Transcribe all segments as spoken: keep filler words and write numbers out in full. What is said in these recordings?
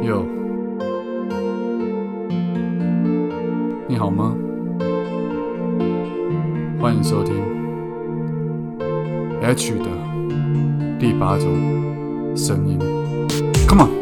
哟，你好吗？欢迎收听 H 的第八种声音。Come on！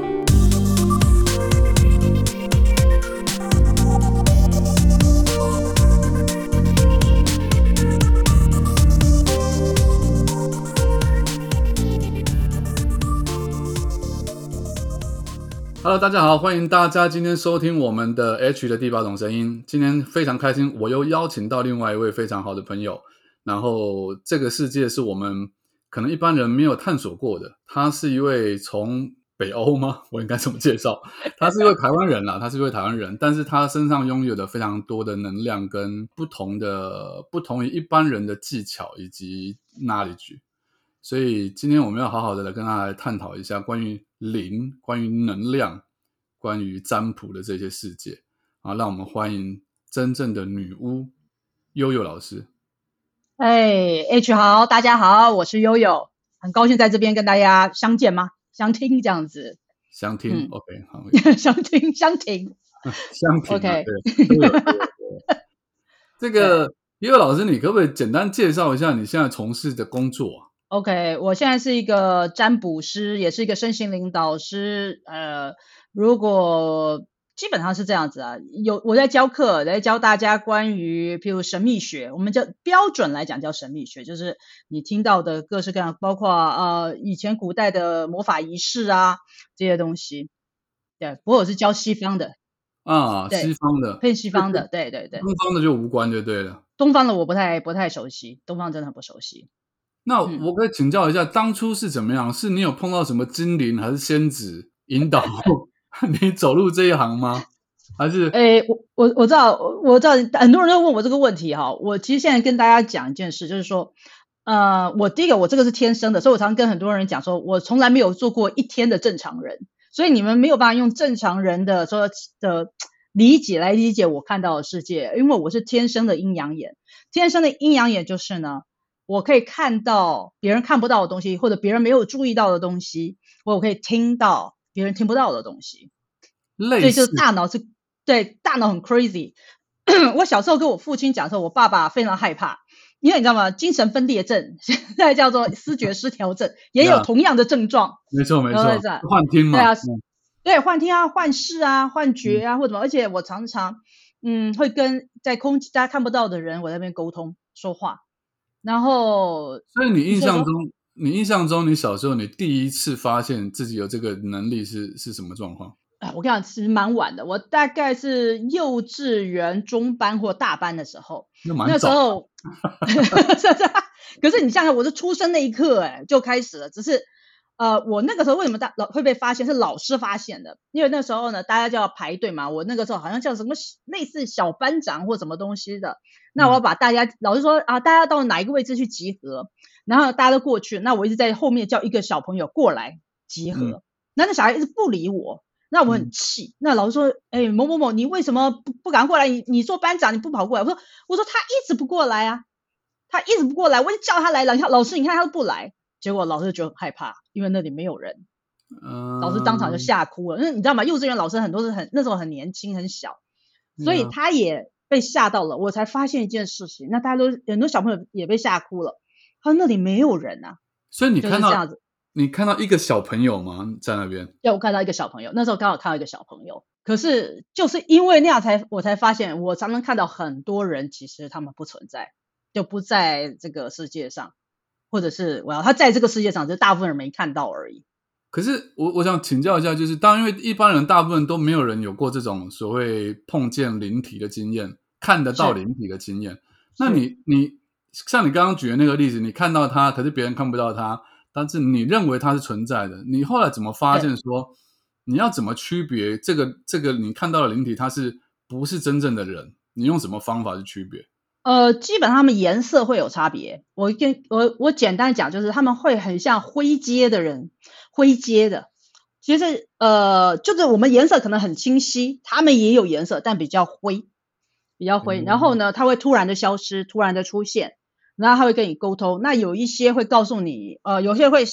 Hello， 大家好，欢迎大家今天收听我们的 H 的第八种声音。今天非常开心，我又邀请到另外一位非常好的朋友。然后这个世界是我们可能一般人没有探索过的。他是一位从北欧吗？我应该怎么介绍？他是一位台湾人啦，他是一位台湾人，但是他身上拥有的非常多的能量跟不同的不同于一般人的技巧以及 knowledge。所以今天我们要好好的来跟他来探讨一下关于灵、关于能量、关于占卜的这些世界啊，让我们欢迎真正的女巫悠悠老师。 哎 ，H 好，大家好，我是悠悠，很高兴在这边跟大家相见吗？相听这样子。 相听、嗯、，OK， 好， 相听相听， 相听、啊、 ，OK 对。对对对这个悠悠老师，你可不可以简单介绍一下你现在从事的工作啊？ OK， 我现在是一个占卜师，也是一个身心灵导师。呃，如果基本上是这样子啊，有我在教课，在教大家关于譬如神秘学，我们叫标准来讲叫神秘学，就是你听到的各式各样，包括呃以前古代的魔法仪式啊这些东西。对，不过我是教西方的啊，西方的， 偏西方的，对对对， 东方的就无关就对了。 东方的我不太不太熟悉，东方真的很不熟悉。 那我可以请教一下，嗯、当初是怎么样？是你有碰到什么精灵还是仙子引导你走入这一行吗？还是？ 诶，我我我知道，我知道很多人都问我这个问题哈。我其实现在跟大家讲一件事，就是说，呃，我第一个我这个是天生的，所以我常常跟很多人讲说，我从来没有做过一天的正常人，所以你们没有办法用正常人的说的理解来理解我看到的世界，因为我是天生的阴阳眼。天生的阴阳眼就是呢，我可以看到别人看不到的东西，或者别人没有注意到的东西，或我可以听到别人听不到的东西。 类似， 所以就是大脑是对大脑很 crazy。我小时候跟我父亲讲说，我爸爸非常害怕，因为你知道吗？精神分裂症现在叫做思觉失调症，也有同样的症状。 没错没错，幻听嘛， 对啊，嗯、对幻听啊、幻视啊、幻觉啊，嗯、或者什么。而且我常常嗯会跟在空大家看不到的人，我在那边沟通说话。然后， 所以你印象中，你印象中，你小时候你第一次发现自己有这个能力是是什么状况？ 我跟你讲，其实蛮晚的，我大概是幼稚园中班或大班的时候， 那蛮早。 那时候，可是你想想，我是出生那一刻，哎，就开始了。只是，呃，我那个时候为什么大会被发现，是老师发现的，因为那时候呢，大家就要排队嘛。我那个时候好像叫什么类似小班长或什么东西的，那我要把大家，嗯、老师说啊，大家到哪一个位置去集合，然后大家都过去，那我一直在后面叫一个小朋友过来集合，嗯、那那小孩一直不理我。那我很气，嗯、那老师说，哎、欸，某某某，你为什么不不赶过来？你你做班长，你不跑过来？我说，我说他一直不过来啊，他一直不过来，我就叫他来了。老师，你看他都不来，结果老师就觉得很害怕，因为那里没有人，嗯、老师当场就吓哭了。因为你知道吗？幼稚园老师很多是很那时候很年轻很小，所以他也被吓到了。我才发现一件事情，那大家都很多小朋友也被吓哭了，他说那里没有人啊， 所以你看到、 就是、这样子。 你看到一个小朋友吗？在那边？ 对，我看到一个小朋友，那时候刚好看到一个小朋友。可是就是因为那样才我才发现，我常常看到很多人其实他们不存在，就不在这个世界上，或者是我要他在这个世界上，只是大部分人没看到而已。 可是我我想请教一下，就是当因为一般人大部分都没有人有过这种所谓碰见灵体的经验，看得到灵体的经验，那你你像你刚刚举的那个例子，你看到他，可是别人看不到他。但是你认为它是存在的，你后来怎么发现说你要怎么区别这个这个你看到的灵体它是不是真正的人？你用什么方法去区别？ 呃，基本上他们颜色会有差别。我跟我我简单讲，就是他们会很像灰阶的人，灰阶的。其实呃，就是我们颜色可能很清晰，他们也有颜色，但比较灰，比较灰。嗯、然后呢，它会突然的消失，突然的出现。然后他会跟你沟通，那有一些会告诉你，呃，有些会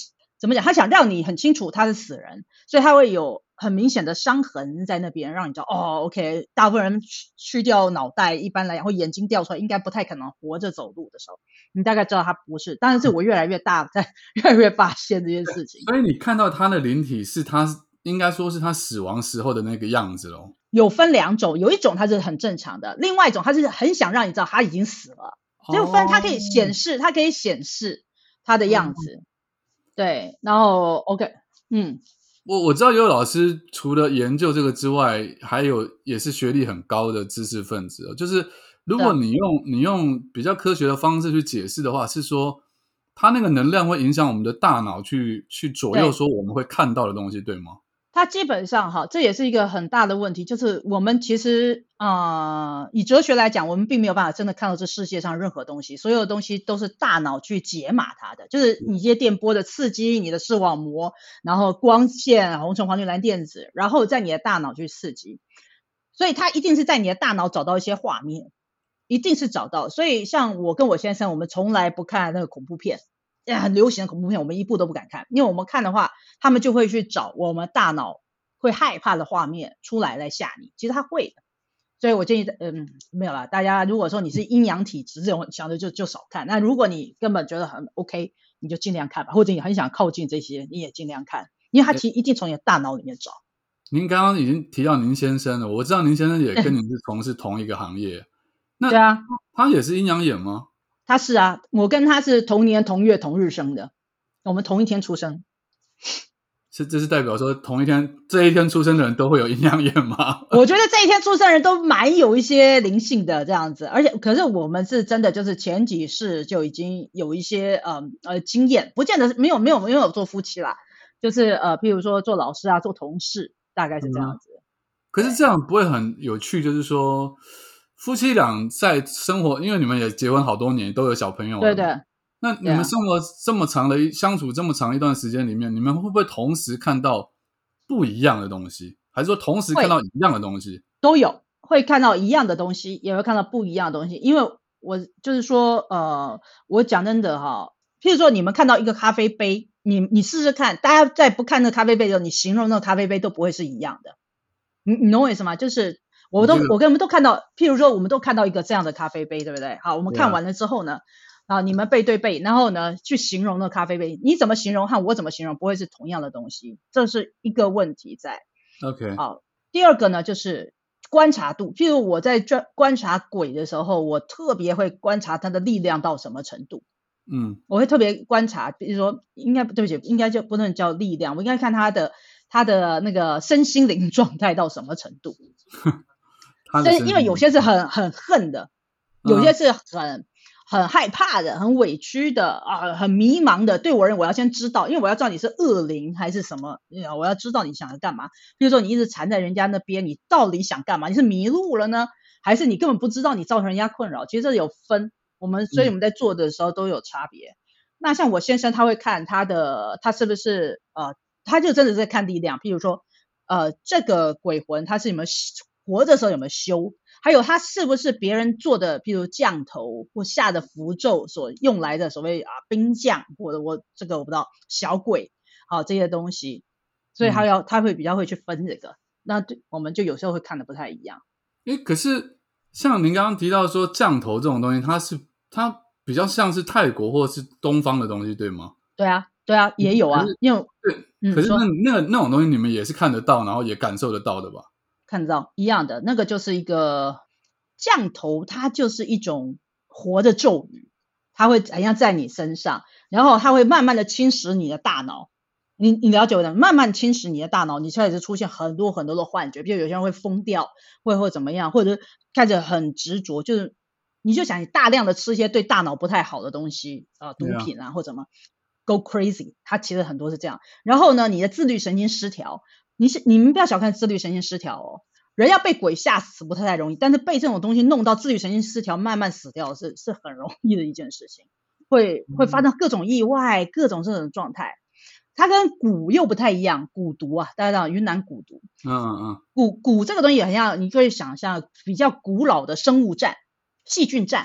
怎么讲？他想让你很清楚他是死人，所以他会有很明显的伤痕在那边，让你知道哦 ，OK， 大部分人去去掉脑袋，一般来讲或眼睛掉出来，应该不太可能活着走路的时候，你大概知道他不是。但是我越来越大，在越来越发现这件事情。 所以你看到他的灵体是他应该说是他死亡时候的那个样子咯。 有分两种，有一种他是很正常的，另外一种他是很想让你知道他已经死了，就分他可以显示，他可以显示他的样子。嗯对，然后 OK， 嗯， 我我知道有老师除了研究这个之外，还有也是学历很高的知识分子，就是如果你用你用比较科学的方式去解释的话，是说它那个能量会影响我们的大脑去去左右说我们会看到的东西，对吗？ 它基本上哈，这也是一个很大的问题，就是我们其实呃，以哲学来讲，我们并没有办法真的看到这世界上任何东西，所有的东西都是大脑去解码它的，就是你这些电波的刺激，你的视网膜，然后光线、红橙黄绿蓝靛紫，然后在你的大脑去刺激，所以它一定是在你的大脑找到一些画面，一定是找到。所以像我跟我先生，我们从来不看那个恐怖片。很流行的恐怖片我们一部都不敢看，因为我们看的话他们就会去找我们大脑会害怕的画面出来来吓你，其实他会的。所以我建议嗯没有啦，大家如果说你是阴阳体质这种想的就就少看，那如果你根本觉得很 OK 你就尽量看吧，或者你很想靠近这些你也尽量看，因为他其实一定从你的大脑里面找。 您刚刚已经提到您先生了，我知道您先生也跟您是从事同一个行业那对啊， 他也是阴阳眼吗？ 他是啊，我跟他是同年同月同日生的，我们同一天出生。 是这是代表说同一天这一天出生的人都会有阴阳眼吗？ 我觉得这一天出生的人都蛮有一些灵性的这样子，而且可是我们是真的就是前几世就已经有一些呃呃经验，不见得没有没有没有做夫妻啦，就是呃譬如说做老师啊做同事，大概是这样子、嗯、 可是这样不会很有趣，就是说夫妻俩在生活，因为你们也结婚好多年都有小朋友了， 对对， 那你们生活这么长的相处这么长一段时间里面，你们会不会同时看到不一样的东西，还是说同时看到一样的东西？ 都有，会看到一样的东西，也会看到不一样的东西。因为我就是说呃我讲真的哈，譬如说你们看到一个咖啡杯，你你试试看，大家在不看那个咖啡杯的时候，你形容那个咖啡杯都不会是一样的。你你懂我意思吗？就是我都我跟我们都看到，譬如说我们都看到一个这样的咖啡杯，对不对？好，我们看完了之后呢啊，你们背对背，然后呢去形容那个咖啡杯，你怎么形容和我怎么形容不会是同样的东西，这是一个问题在。 OK， 好，第二个呢就是观察度，譬如我在观察鬼的时候，我特别会观察它的力量到什么程度。 嗯， 我会特别观察，比如说应该对不起应该就不能叫力量，我应该看他的他的那个身心灵状态到什么程度。因为有些是很很恨的，有些是很、嗯、很害怕的，很委屈的啊，很迷茫的。对我人我要先知道，因为我要知道你是恶灵还是什么，我要知道你想要干嘛。比如说你一直缠在人家那边，你到底想干嘛？你是迷路了呢，还是你根本不知道你造成人家困扰？其实这有分，我们所以我们在做的时候都有差别、嗯、那像我先生他会看他的他是不是呃，他就真的在看力量，譬如说呃，这个鬼魂他是有没有活的时候有没有修，还有他是不是别人做的譬如降头或下的符咒所用来的所谓啊兵将，或者我这个我不知道小鬼好、啊、这些东西，所以他要、嗯、他会比较会去分这个，那我们就有时候会看得不太一样。 诶，可是像您刚刚提到说降头这种东西，它是它比较像是泰国或是东方的东西对吗？ 对啊对啊也有啊，因为对、嗯、可是那那个那种东西你们也是看得到然后也感受得到的吧？ 看到一样的，那个就是一个降头，它就是一种活的咒语，它会怎样在你身上，然后它会慢慢的侵蚀你的大脑，你你了解的，慢慢侵蚀你的大脑，你开始出现很多很多的幻觉，比如有些人会疯掉，会会怎么样，或者开始很执着，就是你就想你大量的吃一些对大脑不太好的东西啊、呃，毒品啊、yeah. 或者什么 go crazy， 它其实很多是这样。然后呢，你的自律神经失调。你是你们不要小看自律神经失调哦，人要被鬼吓死不太容易，但是被这种东西弄到自律神经失调慢慢死掉是是很容易的一件事情，会会发生各种意外、嗯、各种这种状态。它跟蛊又不太一样，蛊毒啊，大家知道云南蛊毒， 嗯嗯， 蛊蛊这个东西也很像，你可以想象比较古老的生物战、细菌战，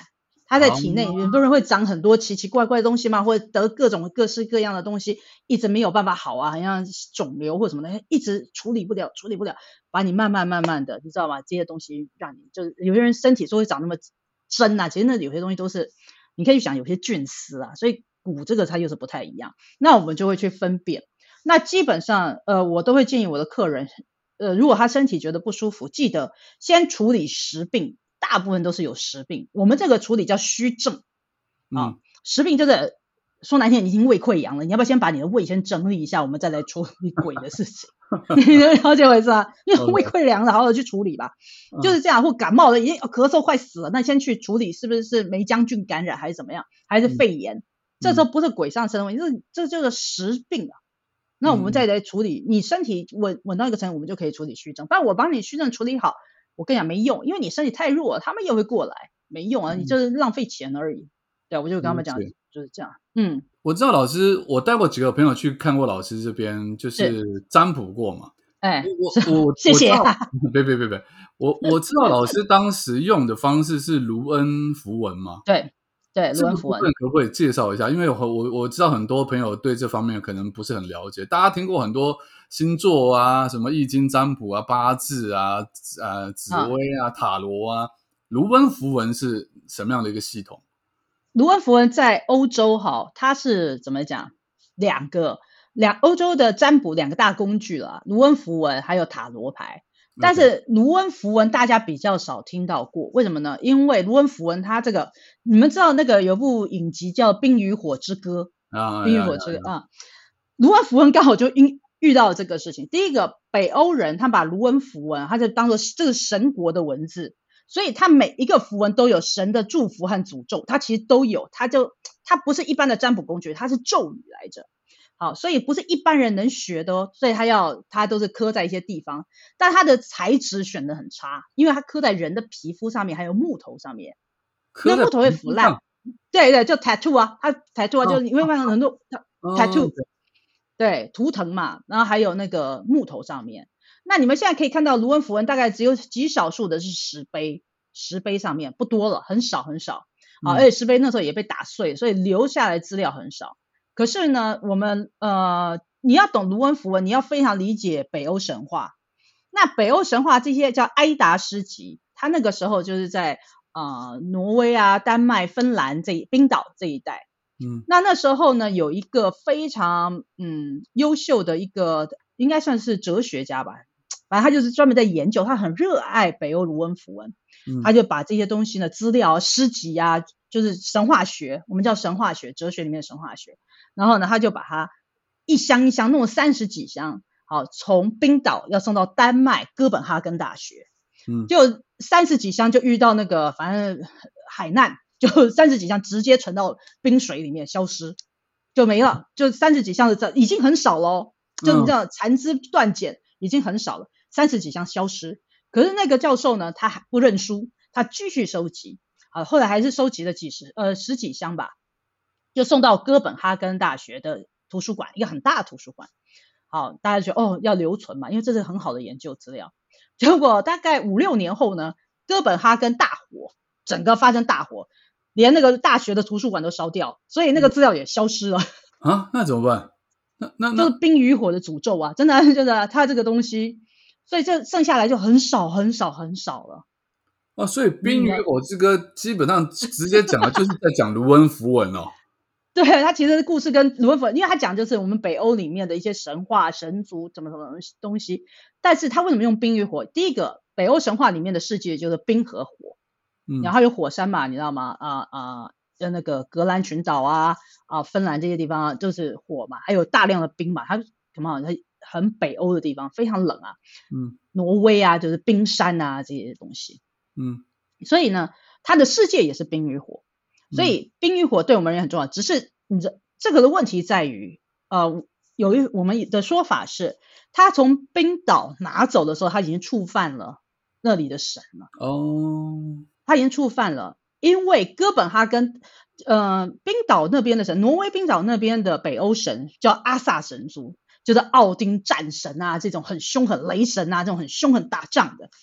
他在体内，很多人会长很多奇奇怪怪的东西嘛，或者得各种各式各样的东西，一直没有办法好啊，好像肿瘤或什么的，一直处理不了，处理不了，把你慢慢慢慢的，你知道吗？这些东西让你就是有些人身体说会长那么针啊，其实那有些东西都是你可以去想有些菌丝啊，所以骨这个它又是不太一样，那我们就会去分辨。那基本上呃，我都会建议我的客人，呃，如果他身体觉得不舒服，记得先处理实病。大部分都是有实病，我们这个处理叫虚症啊。 嗯， 实病就是说难听，你已经胃溃疡了，你要不要先把你的胃先整理一下，我们再来处理鬼的事情？你了解我意思啊？因为胃溃疡了，好好去处理吧，就是这样。或感冒了，已经咳嗽快死了，那先去处理是不是是梅浆菌感染还是怎么样，还是肺炎？嗯、这时候不是鬼上身的问题，这这就是实病啊。那我们再来处理，你身体稳稳到一个程度，我们就可以处理虚症。不然我帮你虚症处理好。我跟你讲没用，因为你身体太弱了，他们又会过来，没用啊，你就是浪费钱而已。对，我就跟他们讲就是这样。嗯， 我知道老师，我带过几个朋友去看过老师这边，就是占卜过嘛。 哎， 我我我谢谢啊。 别别别别，我我知道老师当时用的方式是卢恩符文嘛。 对对，卢恩符文可不可以介绍一下？因为我我我知道很多朋友对这方面可能不是很了解，大家听过很多星座啊，什么易经占卜啊、八字啊、呃紫微啊、塔罗啊，卢恩符文是什么样的一个系统？ 卢恩符文在欧洲哈，它是怎么讲？两个两欧洲的占卜两个大工具了，卢恩符文还有塔罗牌。但是卢恩符文大家比较少听到过，为什么呢？因为卢恩符文它这个，你们知道那个有部影集叫《冰与火之歌》啊，《冰与火之歌》啊，卢恩符文刚好就因遇到这个事情。第一个，北欧人他把卢恩符文，他就当做这是神国的文字，所以他每一个符文都有神的祝福和诅咒，他其实都有，他就他不是一般的占卜工具，它是咒语来着。好，所以不是一般人能学的哦，所以他要他都是刻在一些地方，但他的材质选得很差，因为他刻在人的皮肤上面，还有木头上面，那木头会腐烂。对对，就 tattoo 啊，他 tattoo 啊，就你会看到很多 tattoo，、哦、对，图腾嘛，然后还有那个木头上面。那你们现在可以看到卢恩符文大概只有极少数的是石碑，石碑上面不多了，很少很少。好，而且石碑那时候也被打碎，所以留下来资料很少。可是呢，我们呃，你要懂卢恩符文，你要非常理解北欧神话。那北欧神话这些叫埃达诗集，它那个时候就是在呃挪威啊、丹麦、芬兰这冰岛这一带。嗯，那那时候呢，有一个非常嗯优秀的一个，应该算是哲学家吧，反正他就是专门在研究，他很热爱北欧卢恩符文。嗯，他就把这些东西呢，资料、诗集啊，就是神话学，我们叫神话学，哲学里面的神话学。然后呢，他就把它一箱一箱弄了三十几箱，好，从冰岛要送到丹麦哥本哈根大学，嗯，就三十几箱就遇到那个反正海难，就三十几箱直接沉到冰水里面消失，就没了，就三十几箱的已经很少了，就你知道残肢断简已经很少了，三十几箱消失。可是那个教授呢，他还不认输，他继续收集，啊，后来还是收集了几十呃十几箱吧。就送到哥本哈根大学的图书馆，一个很大的图书馆。好，大家觉得哦要留存嘛，因为这是很好的研究资料。结果大概五六年后呢，哥本哈根大火，整个发生大火，连那个大学的图书馆都烧掉，所以那个资料也消失了。 啊，那怎么办？那那那就是冰与火的诅咒啊，真的真的，它这个东西，所以这剩下来就很少很少很少了。 哦，所以《冰与火之歌》基本上直接讲的就是在讲卢恩符文哦。 对，他其实故事跟卢恩符文，因为他讲就是我们北欧里面的一些神话、神族怎么什么东西。但是他为什么用冰与火？第一个，北欧神话里面的世界就是冰和火，嗯，然后有火山嘛，你知道吗？啊啊，呃，那个格兰群岛啊啊，芬兰这些地方啊，就是火嘛，还有大量的冰嘛，它什么很北欧的地方，非常冷啊，嗯，挪威啊，就是冰山啊这些东西，嗯，所以呢，它的世界也是冰与火。所以冰与火对我们人很重要，只是你这这个的问题在于，呃，有一我们的说法是，他从冰岛拿走的时候，他已经触犯了那里的神了。哦，他已经触犯了，因为哥本哈根，呃，冰岛那边的神，挪威冰岛那边的北欧神叫阿萨神族，就是奥丁战神啊，这种很凶狠雷神啊，这种很凶狠打仗的。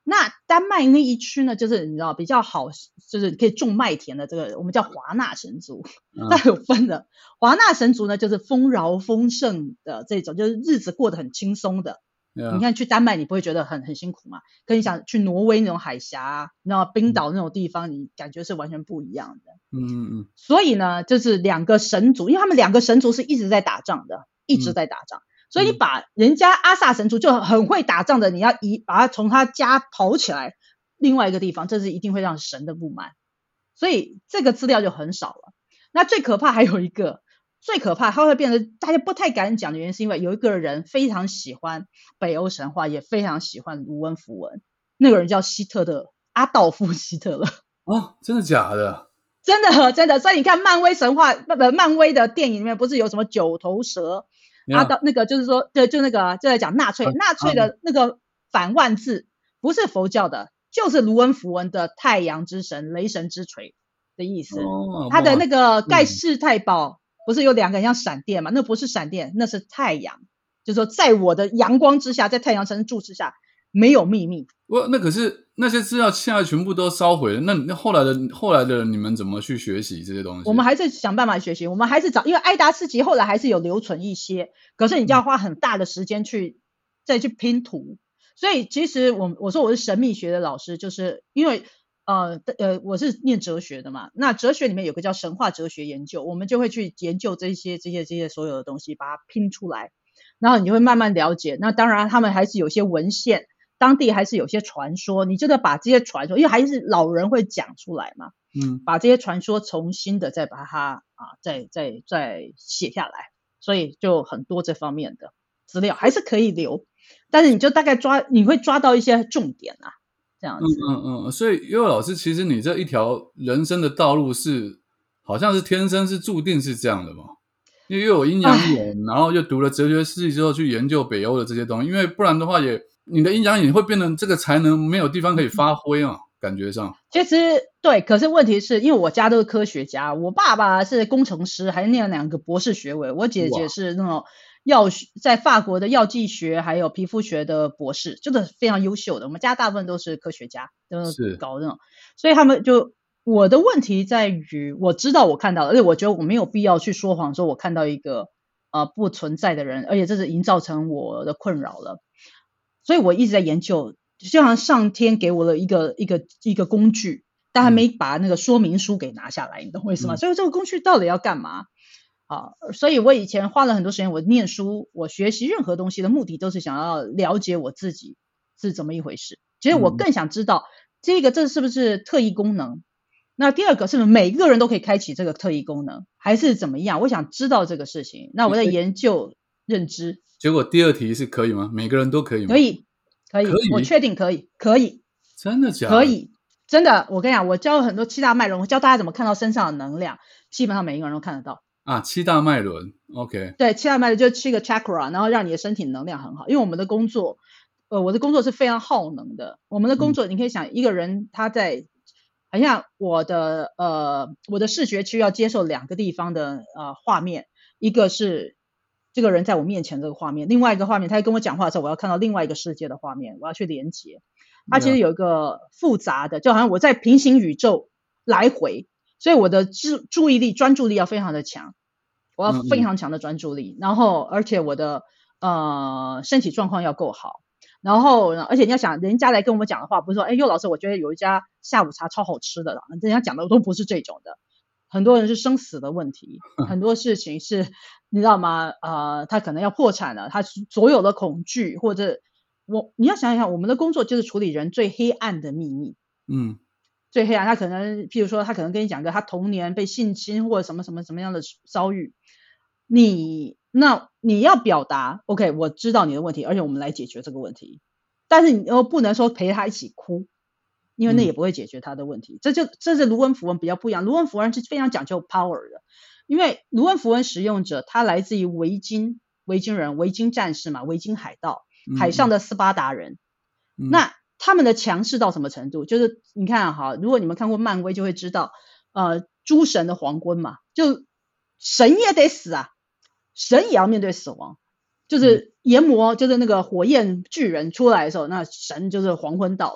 那丹麦那一区呢，就是你知道比较好，就是可以种麦田的这个，我们叫华纳神族，它、嗯、有分的。华纳神族呢，就是丰饶丰盛的这种，就是日子过得很轻松的。Yeah. 你看去丹麦，你不会觉得很很辛苦吗？跟你想去挪威那种海峡，然后冰岛那种地方，嗯、你感觉是完全不一样的。 嗯嗯嗯。 所以呢，就是两个神族，因为他们两个神族是一直在打仗的，一直在打仗。嗯，所以你把人家阿萨神族就很会打仗的，你要移把他从他家跑起来另外一个地方，这是一定会让神的不满。所以这个资料就很少了。那最可怕还有一个，最可怕它会变成大家不太敢讲的原因，是因为有一个人非常喜欢北欧神话，也非常喜欢卢恩符文。那个人叫希特勒，阿道夫希特勒。 哦，真的假的？ 真的真的。所以你看漫威神话，不不，漫威的电影里面不是有什么九头蛇？阿道那个就是说，对，就那个就在讲纳粹，纳粹的那个反万字不是佛教的，就是卢恩符文的太阳之神、雷神之锤的意思。 哦， 他的那个盖世太保不是有两个像闪电嘛？那不是闪电，那是太阳，就是说在我的阳光之下，在太阳神注视下，没有秘密。 我那可是那些资料现在全部都烧毁了，那那后来的后来的人你们怎么去学习这些东西？ 我们还是想办法学习，我们还是找，因为艾达斯集后来还是有留存一些，可是你就要花很大的时间去、嗯、再去拼图。所以其实我我说我是神秘学的老师，就是因为呃呃我是念哲学的嘛，那哲学里面有个叫神话哲学研究，我们就会去研究这些这些这些所有的东西，把它拼出来，然后你就会慢慢了解。那当然他们还是有些文献，当地还是有些传说，你就得把这些传说，因为还是老人会讲出来嘛，嗯，把这些传说重新的再把它啊再再再写下来，所以就很多这方面的资料还是可以留，但是你就大概抓，你会抓到一些重点啊，这样子。 嗯嗯嗯，所以悠悠老师，其实你这一条人生的道路是好像是天生是注定是这样的嘛？因为又有阴阳眼，然后又读了哲学系之后去研究北欧的这些东西，因为不然的话也。你的阴阳眼会变成这个才能没有地方可以发挥啊，感觉上。 其实对，可是问题是因为我家都是科学家，我爸爸是工程师，还念了两个博士学位，我姐姐是那种药在法国的药剂学还有皮肤学的博士，真的非常优秀的。我们家大部分都是科学家，都是搞那种，所以他们就我的问题在于，我知道我看到了，而且我觉得我没有必要去说谎，说我看到一个呃不存在的人，而且这是已经造成我的困扰了。所以我一直在研究，就像上天给我了一个一个一个工具，但还没把那个说明书给拿下来，你懂我意思吗？嗯、所以这个工具到底要干嘛？啊，所以我以前花了很多时间，我念书，我学习任何东西的目的都是想要了解我自己是怎么一回事。其实我更想知道、嗯、这个这是不是特异功能？那第二个是不是每个人都可以开启这个特异功能，还是怎么样？我想知道这个事情。那我在研究认知。 结果第二题是可以吗？每个人都可以吗？ 可以，可以， 可以， 我确定可以，可以。 真的假的？ 可以，真的。我跟你讲，我教很多七大脉轮，我教大家怎么看到身上的能量，基本上每一个人都看得到。 啊，七大脉轮 ，OK。 对，七大脉轮就七个 chakra， 然后让你的身体能量很好。因为我们的工作，呃，我的工作是非常耗能的。我们的工作，嗯、你可以想，一个人他在，好像我的呃，我的视觉区要接受两个地方的呃画面，一个是。这个人在我面前这个画面，另外一个画面他在跟我讲话的时候，我要看到另外一个世界的画面，我要去连接。它其实有一个复杂的，就好像我在平行宇宙来回，所以我的注注意力专注力要非常的强，我要非常强的专注力，嗯嗯然后而且我的呃身体状况要够好，然后而且你要想人家来跟我们讲的话，不是说哎呦老师我觉得有一家下午茶超好吃的，人家讲的都不是这种的。很多人是生死的问题，很多事情是你知道吗？呃，他可能要破产了，他所有的恐惧或者我你要想一想，我们的工作就是处理人最黑暗的秘密， 嗯， 最黑暗。他可能譬如说他可能跟你讲个他童年被性侵或者什么什么什么样的遭遇，你那你要表达 OK 我知道你的问题，而且我们来解决这个问题，但是你又不能说陪他一起哭，因为那也不会解决他的问题。嗯、这就这是卢恩符文比较不一样，卢恩符文是非常讲究 power 的，因为卢恩符文使用者他来自于维京，维京人，维京战士嘛，维京海盗，海上的斯巴达人。嗯、那他们的强势到什么程度？就是你看哈，如果你们看过漫威就会知道，呃，诸神的黄昏嘛，就神也得死啊，神也要面对死亡。就是炎魔，就是那个火焰巨人出来的时候，那神就是黄昏到了。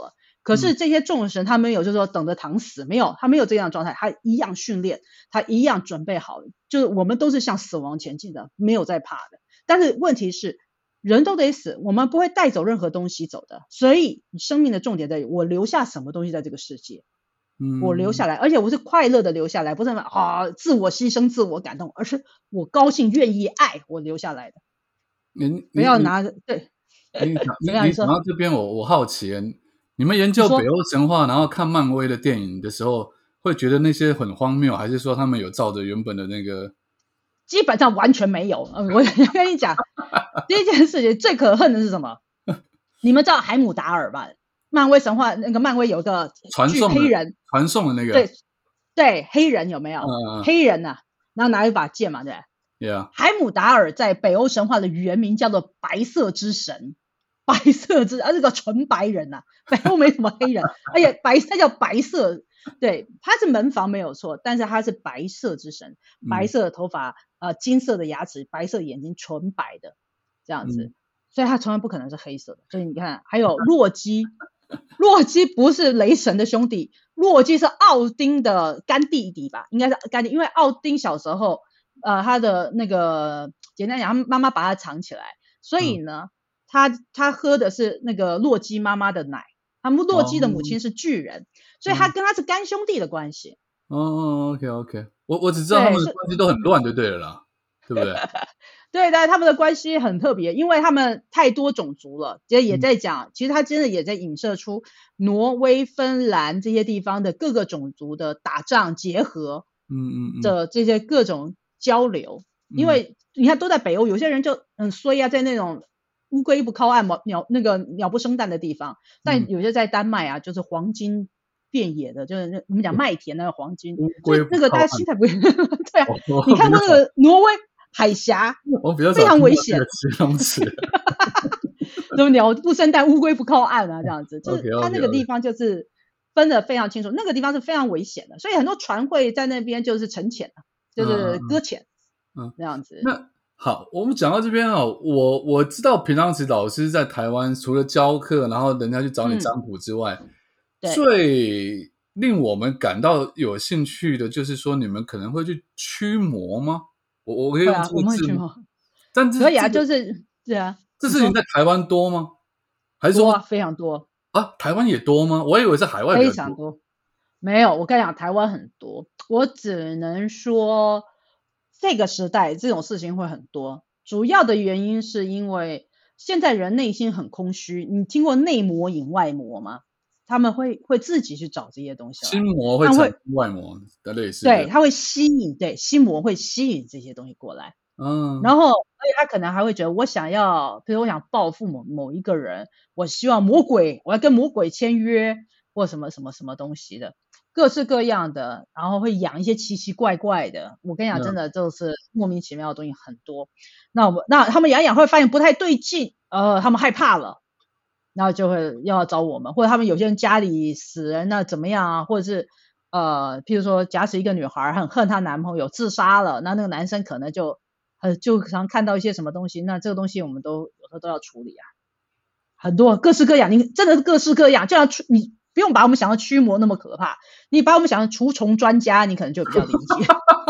可是这些众神他没有就是说等着躺死，没有，他没有这样的状态，他一样训练，他一样准备好，就是我们都是向死亡前进的，没有在怕的。但是问题是人都得死，我们不会带走任何东西走的，所以生命的重点在于我留下什么东西在这个世界。 嗯， 我留下来，而且我是快乐的留下来，不是啊自我牺牲自我感动，而是我高兴愿意爱我留下来的。 你不要拿对你讲怎么样你你讲到这边我我好奇，你们研究北欧神话然后看漫威的电影的时候会觉得那些很荒谬，还是说他们有照着原本的那个？ 基本上完全没有。呃、我跟你讲这件事情最可恨的是什么？你们知道海姆达尔吧？漫威神话那个漫威有个传送黑人传送的那个， 对对，黑人有没有？ 嗯、 黑人啊，然后拿一把剑嘛，对不对 yeah. 海姆达尔在北欧神话的原名叫做白色之神，白色之啊，这个纯白人啊，北欧没什么黑人，而且白他叫白色，对，他是门房没有错，但是他是白色之神，白色的头发，呃，金色的牙齿，白色眼睛，纯白的这样子，嗯、所以他从来不可能是黑色的。所以你看，还有洛基。洛基不是雷神的兄弟，洛基是奥丁的干弟弟吧，应该是干弟，因为奥丁小时候呃他的那个简单讲他妈妈把他藏起来，所以呢、嗯、他他喝的是那个洛基妈妈的奶，他们洛基的母亲是巨人、哦、所以他跟他是干兄弟的关系。 哦 OK OK 我我只知道他们的关系都很乱就对了啦，对不对？ 对对，他们的关系很特别，因为他们太多种族了，其实也在讲、嗯、其实他真的也在影射出挪威、芬兰这些地方的各个种族的打仗结合的这些各种交流、嗯嗯嗯、因为你看都在北欧，有些人就很衰啊，在那种乌龟不靠岸鸟那个鸟不生蛋的地方，但有些在丹麦啊就是黄金遍野的，就是我们讲麦田那个黄金，所以那个大家心态不一样对啊，你看过那个挪威海峡非常危险， 形容词什么鸟不生蛋乌龟不靠岸啊，这样子就是它那个地方就是分得非常清楚，那个地方是非常危险的，所以很多船会在那边就是沉潜，就是搁浅、嗯、这样子。 那好，我们讲到这边哦，我我知道平常时老师在台湾除了教课然后人家去找你占卜之外、嗯、最令我们感到有兴趣的就是说你们可能会去驱魔吗？我我可以用这个字吗？但可以啊，就是对啊。 这事情在台湾多吗？还是说多、啊、非常多啊？台湾也多吗？我以为在海外比较多。 非常多，没有。我跟你讲，台湾很多。我只能说，这个时代这种事情会很多。主要的原因是因为现在人内心很空虚。你听过内魔引外魔吗？他们会会自己去找这些东西， 心魔会产生外魔的类似的， 对，他会吸引，对，心魔会吸引这些东西过来， 嗯， 然后而且他可能还会觉得我想要，比如我想报复某某一个人，我希望魔鬼，我要跟魔鬼签约或什么什么什么东西的，各式各样的，然后会养一些奇奇怪怪的，我跟你讲，真的就是莫名其妙的东西很多。嗯、那我们那他们养养会发现不太对劲，呃，他们害怕了。然后就会要找我们，或者他们有些人家里死人那怎么样啊，或者是呃，譬如说假使一个女孩很恨她男朋友自杀了，那那个男生可能就呃就常看到一些什么东西，那这个东西我们都有时候都要处理啊，很多各式各样，你真的是各式各样，就要你不用把我们想要驱魔那么可怕，你把我们想要除虫专家，你可能就比较理解。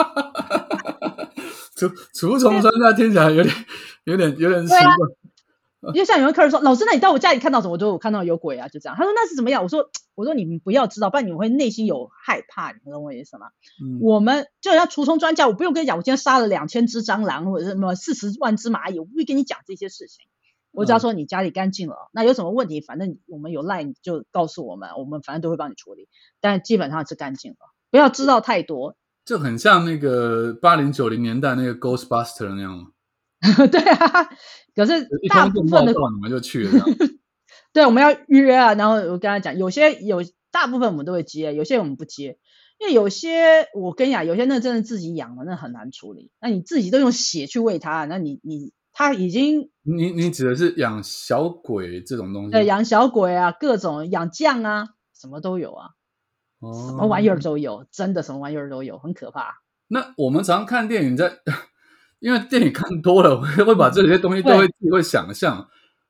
除除虫专家听起来有点有点有点奇怪。 就像有人客人说，老师，那你到我家里看到什么？我说我看到有鬼啊，就这样。他说那是怎么样？我说我说你们不要知道，不然你们会内心有害怕，你懂我意思吗？嗯、我们就像除虫专家，我不用跟你讲，我今天杀了两千只蟑螂或者什么四十万只蚂蚁，我不会跟你讲这些事情。我只要说你家里干净了，嗯、那有什么问题，反正我们有赖你就告诉我们，我们反正都会帮你处理。但基本上是干净了，不要知道太多。 就很像那个八零九零年代那个 Ghostbuster 那样吗？ 对啊，可是大部分的你们就去了对，我们要约啊，然后我跟他讲，有些有大部分我们都会接，有些我们不接，因为有些我跟你讲，有些那真的自己养了，那很难处理。那你自己都用血去喂它，那你你它已经你你指的是养小鬼这种东西？ 对，养小鬼啊，各种养酱啊，什么都有啊，哦、什么玩意儿都有，真的什么玩意儿都有，很可怕。 那我们常看电影在。因为电影看多了，会把这些东西都会自己会想象。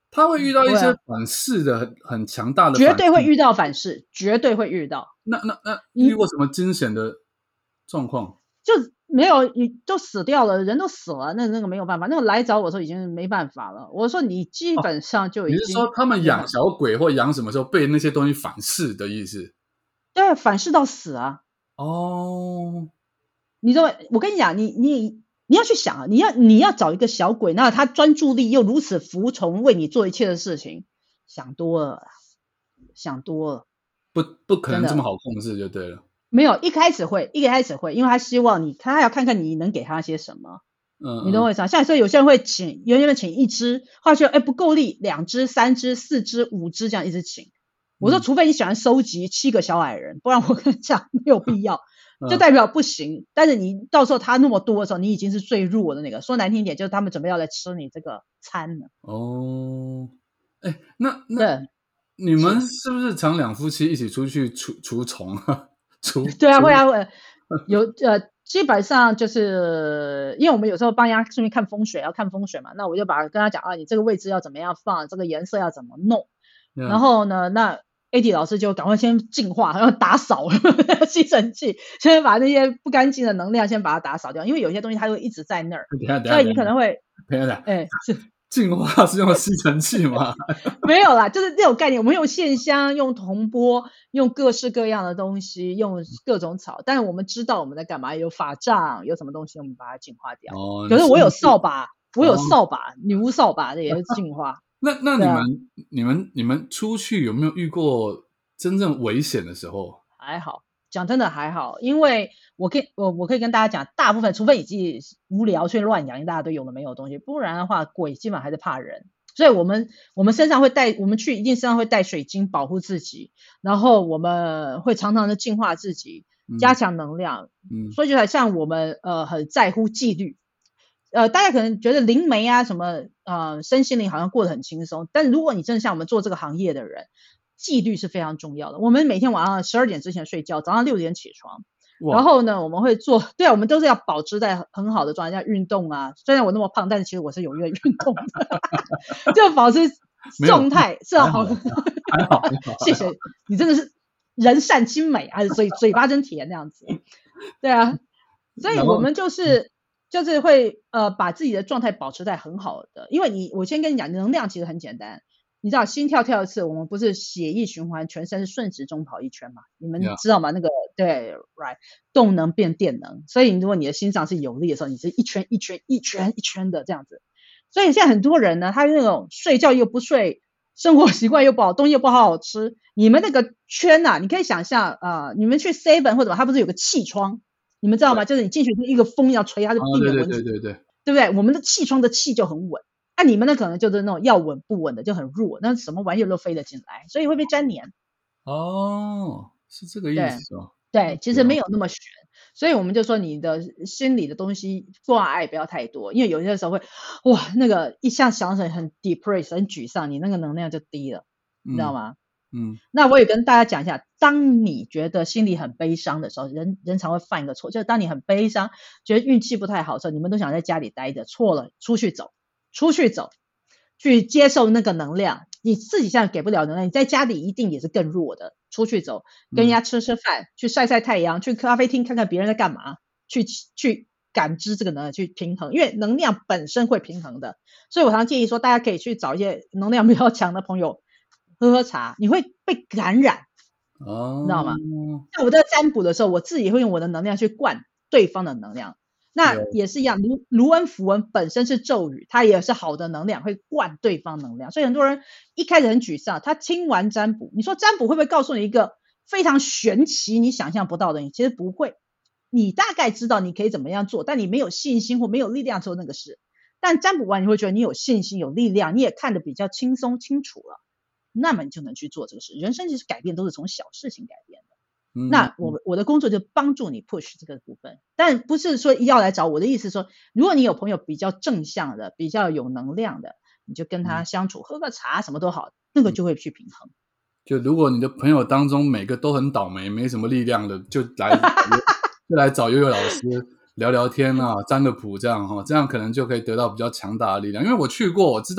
他会遇到一些对啊反噬的很很强大的反噬， 绝对会遇到反噬，绝对会遇到。 那那那你遇过什么惊险的状况？ 就没有，你都死掉了，人都死了，那那个没有办法，那个来找我的时候已经没办法了。我说你基本上就已经、 哦、你是说他们养小鬼或养什么时候被那些东西反噬的意思？ 对，反噬到死啊！ 哦， 你知道，我跟你讲，你你你要去想啊，你要你要找一个小鬼，那他专注力又如此服从，为你做一切的事情，想多了，想多了， 不不可能这么好控制就对了。 没有，一开始会，一开始会，因为他希望你，他要看看你能给他些什么。 嗯， 你懂我意思吗？像所以有些人会请，有些人请一只，后来觉得哎不够力，两只、三只、四只、五只这样一直请。我说，除非你喜欢收集七个小矮人，不然我跟你讲没有必要，就代表不行。但是你到时候他那么多的时候，你已经是最弱的那个。说难听一点，就是他们准备要来吃你这个餐了。 哦，哎，那那你们是不是常两夫妻一起出去除除虫啊？除对啊，会啊，会有呃。基本上就是因为我们有时候帮人家顺便看风水，要看风水嘛，那我就把跟他讲啊，你这个位置要怎么样放，这个颜色要怎么弄， yeah. 然后呢，那 A D 老师就赶快先净化，然后打扫吸尘器，先把那些不干净的能量先把它打扫掉，因为有些东西它会一直在那儿，所以你可能会， 等一下， 哎，是。 净化是用吸尘器吗？ 没有啦，就是这种概念。我们用线香，用铜钵，用各式各样的东西，用各种草。但是我们知道我们在干嘛，有法杖，有什么东西，我们把它净化掉。哦、可是我有扫把，我有扫把，哦、女巫扫把的也是净化。 那那你们、啊、你们你们出去有没有遇过真正危险的时候？ 还好。讲真的还好，因为我可以我我可以跟大家讲，大部分除非你自己无聊所以乱养一大堆有的没有的东西，不然的话鬼基本上还是怕人，所以我们我们身上会带，我们去一定身上会带水晶保护自己，然后我们会常常的净化自己，加强能量。嗯，所以就像我们呃很在乎纪律，呃大家可能觉得灵媒啊什么呃身心灵好像过得很轻松，但是如果你真的像我们做这个行业的人，纪律是非常重要的。我们每天晚上十二点之前睡觉，早上六点起床，然后呢，我们会做，对啊，我们都是要保持在很好的状态下运动啊。虽然我那么胖，但是其实我是有在运动的，就保持状态是好的。 还好， 谢谢你，真的是人善心美啊，嘴嘴巴真甜那样子。对啊，所以我们就是就是会呃把自己的状态保持在很好的，因为你我先跟你讲，能量其实很简单。你知道心跳跳一次，我们不是血液循环全身是顺时钟跑一圈吗？你们知道吗？ Yeah. 那个对 ，right， 动能变电能，所以如果你的心脏是有力的时候，你是一圈一圈一圈一圈的这样子。所以现在很多人呢，他那种睡觉又不睡，生活习惯又不好，东西又不好好吃，你们那个圈啊，你可以想象啊、呃，你们去 seven 或者它不是有个气窗，你们知道吗？就是你进去一个风要吹，它就避免蚊子， 对对对对对， 对不对？我们的气窗的气就很稳。那、啊、你们那可能就是那种要稳不稳的，就很弱，那什么玩意儿都飞了进来，所以会被粘黏。 哦，是这个意思哦。 对，对，其实没有那么玄，所以我们就说你的心里的东西挂碍不要太多，因为有些时候会哇，那个一下想起来很 depressed 很沮丧，你那个能量就低了，嗯、你知道吗？嗯。那我也跟大家讲一下，当你觉得心里很悲伤的时候，人人常会犯一个错，就是当你很悲伤，觉得运气不太好的时候，你们都想在家里待着，错了，出去走。出去走，去接受那个能量，你自己现在给不了能量，你在家里一定也是更弱的。出去走，跟人家吃吃饭，嗯、去晒晒太阳，去咖啡厅看看别人在干嘛，去去感知这个能量，去平衡，因为能量本身会平衡的。所以我常建议说，大家可以去找一些能量比较强的朋友喝喝茶，你会被感染，哦，你知道吗？像我在占卜的时候，我自己会用我的能量去灌对方的能量。那也是一样，卢卢恩符文本身是咒语，它也是好的能量，会灌对方能量。所以很多人一开始很沮丧，他听完占卜，你说占卜会不会告诉你一个非常玄奇、你想象不到的？你其实不会，你大概知道你可以怎么样做，但你没有信心或没有力量做那个事。但占卜完，你会觉得你有信心、有力量，你也看得比较轻松、清楚了，那么你就能去做这个事。人生其实改变都是从小事情改变的。那我我的工作就帮助你 push 这个部分，但不是说要来找我的意思说，如果你有朋友比较正向的、比较有能量的，你就跟他相处，喝个茶什么都好，那个就会去平衡。 就如果你的朋友当中每个都很倒霉、没什么力量的，就来就来找悠悠老师聊聊天啊，占个卜这样哈，这样可能就可以得到比较强大的力量。因为我去过，我知道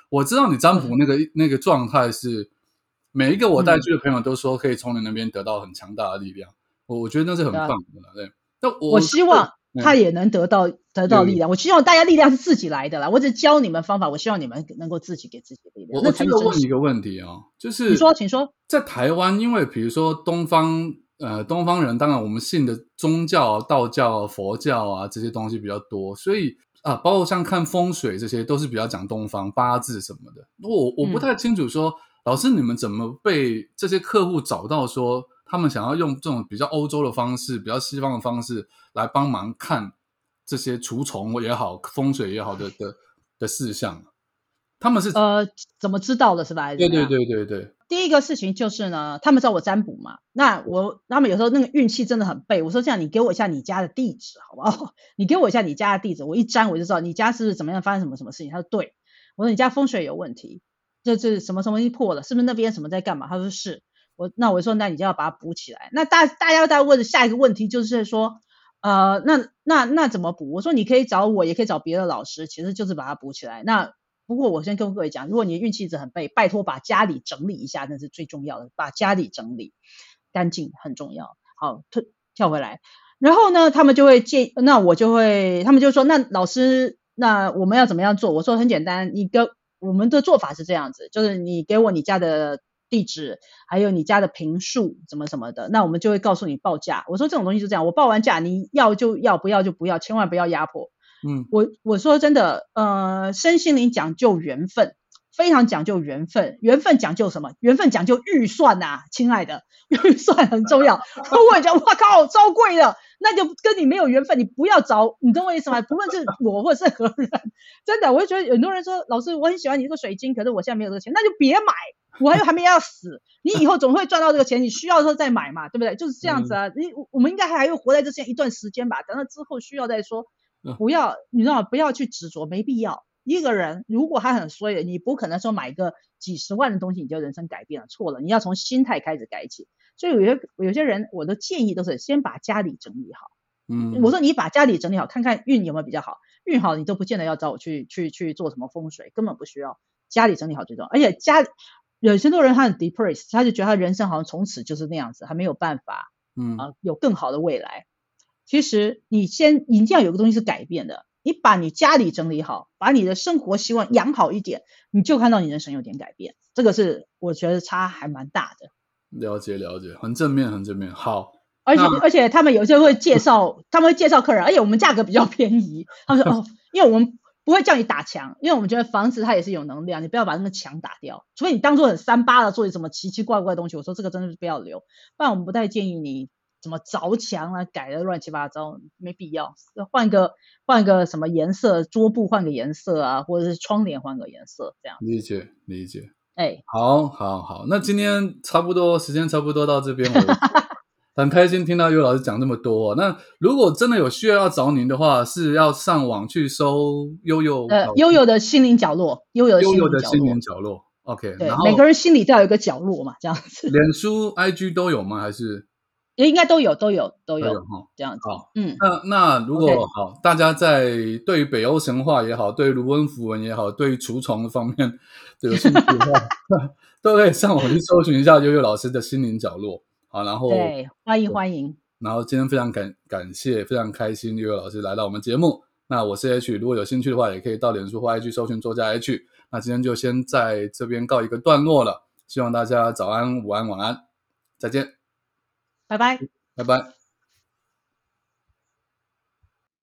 我知道你占卜那个那个状态是每一个我带去的朋友都说可以从你那边得到很强大的力量，我我觉得那是很棒的啦，对。但我我希望他也能得到得到力量，我希望大家力量是自己来的啦。我只教你们方法，我希望你们能够自己给自己力量。 我我这个问一个问题哦，就是你说，请说。在台湾，因为比如说东方呃东方人，当然我们信的宗教、道教、佛教啊这些东西比较多，所以啊，包括像看风水这些都是比较讲东方八字什么的。我我不太清楚说，嗯、老师你们怎么被这些客户找到说？他们想要用这种比较欧洲的方式，比较西方的方式来帮忙看这些除虫也好、风水也好的的的事项。他们是呃怎么知道的是吧？ 对对对对对。 第一个事情就是呢，他们找我占卜嘛，那我他们有时候那个运气真的很背，我说这样你给我一下你家的地址好不好？你给我一下你家的地址，我一占我就知道你家是不是怎么样发生什么什么事情。他说对，我说你家风水有问题，这这什么什么东西破了，是不是那边什么在干嘛？他说是。我那我说那你就要把它补起来。那大大家在问的下一个问题就是说，呃，那那那怎么补？我说你可以找我，也可以找别的老师，其实就是把它补起来。那不过我先跟各位讲，如果你的运气一直很背，拜托把家里整理一下，那是最重要的，把家里整理干净很重要。好，跳回来，然后呢，他们就会建，那我就会，他们就说，那老师，那我们要怎么样做？我说很简单，你跟我们的做法是这样子，就是你给我你家的地址，还有你家的坪数怎么什么的，那我们就会告诉你报价。我说这种东西是这样，我报完价，你要就要，不要就不要，千万不要压迫。嗯，我我说真的，呃，身心灵讲究缘分，非常讲究缘分。缘分讲究什么？缘分讲究预算呐、啊，亲爱的，预算很重要。我也觉得哇靠，超贵的，那就跟你没有缘分，你不要找，你懂我意思吗？不论是我或是任何人，真的，我就觉得很多人说，老师，我很喜欢你这个水晶，可是我现在没有这个钱，那就别买。我还有还没要死，你以后总会赚到这个钱，你需要的时候再买嘛，对不对？就是这样子啊。你、嗯、我们应该还会活在这些一段时间吧，等到之后需要再说。不要，你知道不要去执着，没必要。一个人如果他很衰的，你不可能说买个几十万的东西你就人生改变了，错了。你要从心态开始改起。所以有些有些人，我的建议都是先把家里整理好。嗯，我说你把家里整理好，看看运有没有比较好。运好，你都不见得要找我去去去做什么风水，根本不需要。家里整理好最重要，而且家里。有些多人他很 depressed， 他就觉得他人生好像从此就是那样子，他没有办法，嗯啊、呃，有更好的未来。其实你先，你一定要有个东西是改变的。你把你家里整理好，把你的生活习惯养好一点，你就看到你人生有点改变。这个是我觉得差还蛮大的。 了解了解，很正面很正面。好， 而且而且他们有些会介绍，他们会介绍客人，而且我们价格比较便宜。他们说哦，因为我们。不会叫你打墙，因为我们觉得房子它也是有能量，你不要把那个墙打掉，除非你当作很三八的做什么奇奇怪怪的东西，我说这个真的是不要留，不然我们不太建议你怎么凿墙啊，改的乱七八糟，没必要。换个换个什么颜色，桌布换个颜色啊，或者是窗帘换个颜色，这样。 理解理解。 哎、欸， 好好好，那今天差不多时间差不多到这边为止。很开心听到悠悠老师讲这么多、哦。那如果真的有需要要找您的话，是要上网去搜悠悠呃悠悠的心灵角落，悠悠的心灵角落。OK， 对，每个人心里都要有一个角落嘛，这样子。 脸书、I G 都有吗？还是？ 应该都有，都有，都有， 都有哈， 这样子。 好， 嗯， 那那如果、okay. 好，大家在对于北欧神话也好，对于卢恩符文也好，对于除虫方面有兴趣的话，都可以上网去搜寻一下悠悠老师的心灵角落。好，然后对，欢迎欢迎。 然后今天非常感感谢，非常开心悠悠老师来到我们节目。那我是 H， 如果有兴趣的话，也可以到脸书或 I G 搜寻作家 H。那今天就先在这边告一个段落了，希望大家早安、午安、晚安，再见， 拜拜， 拜拜。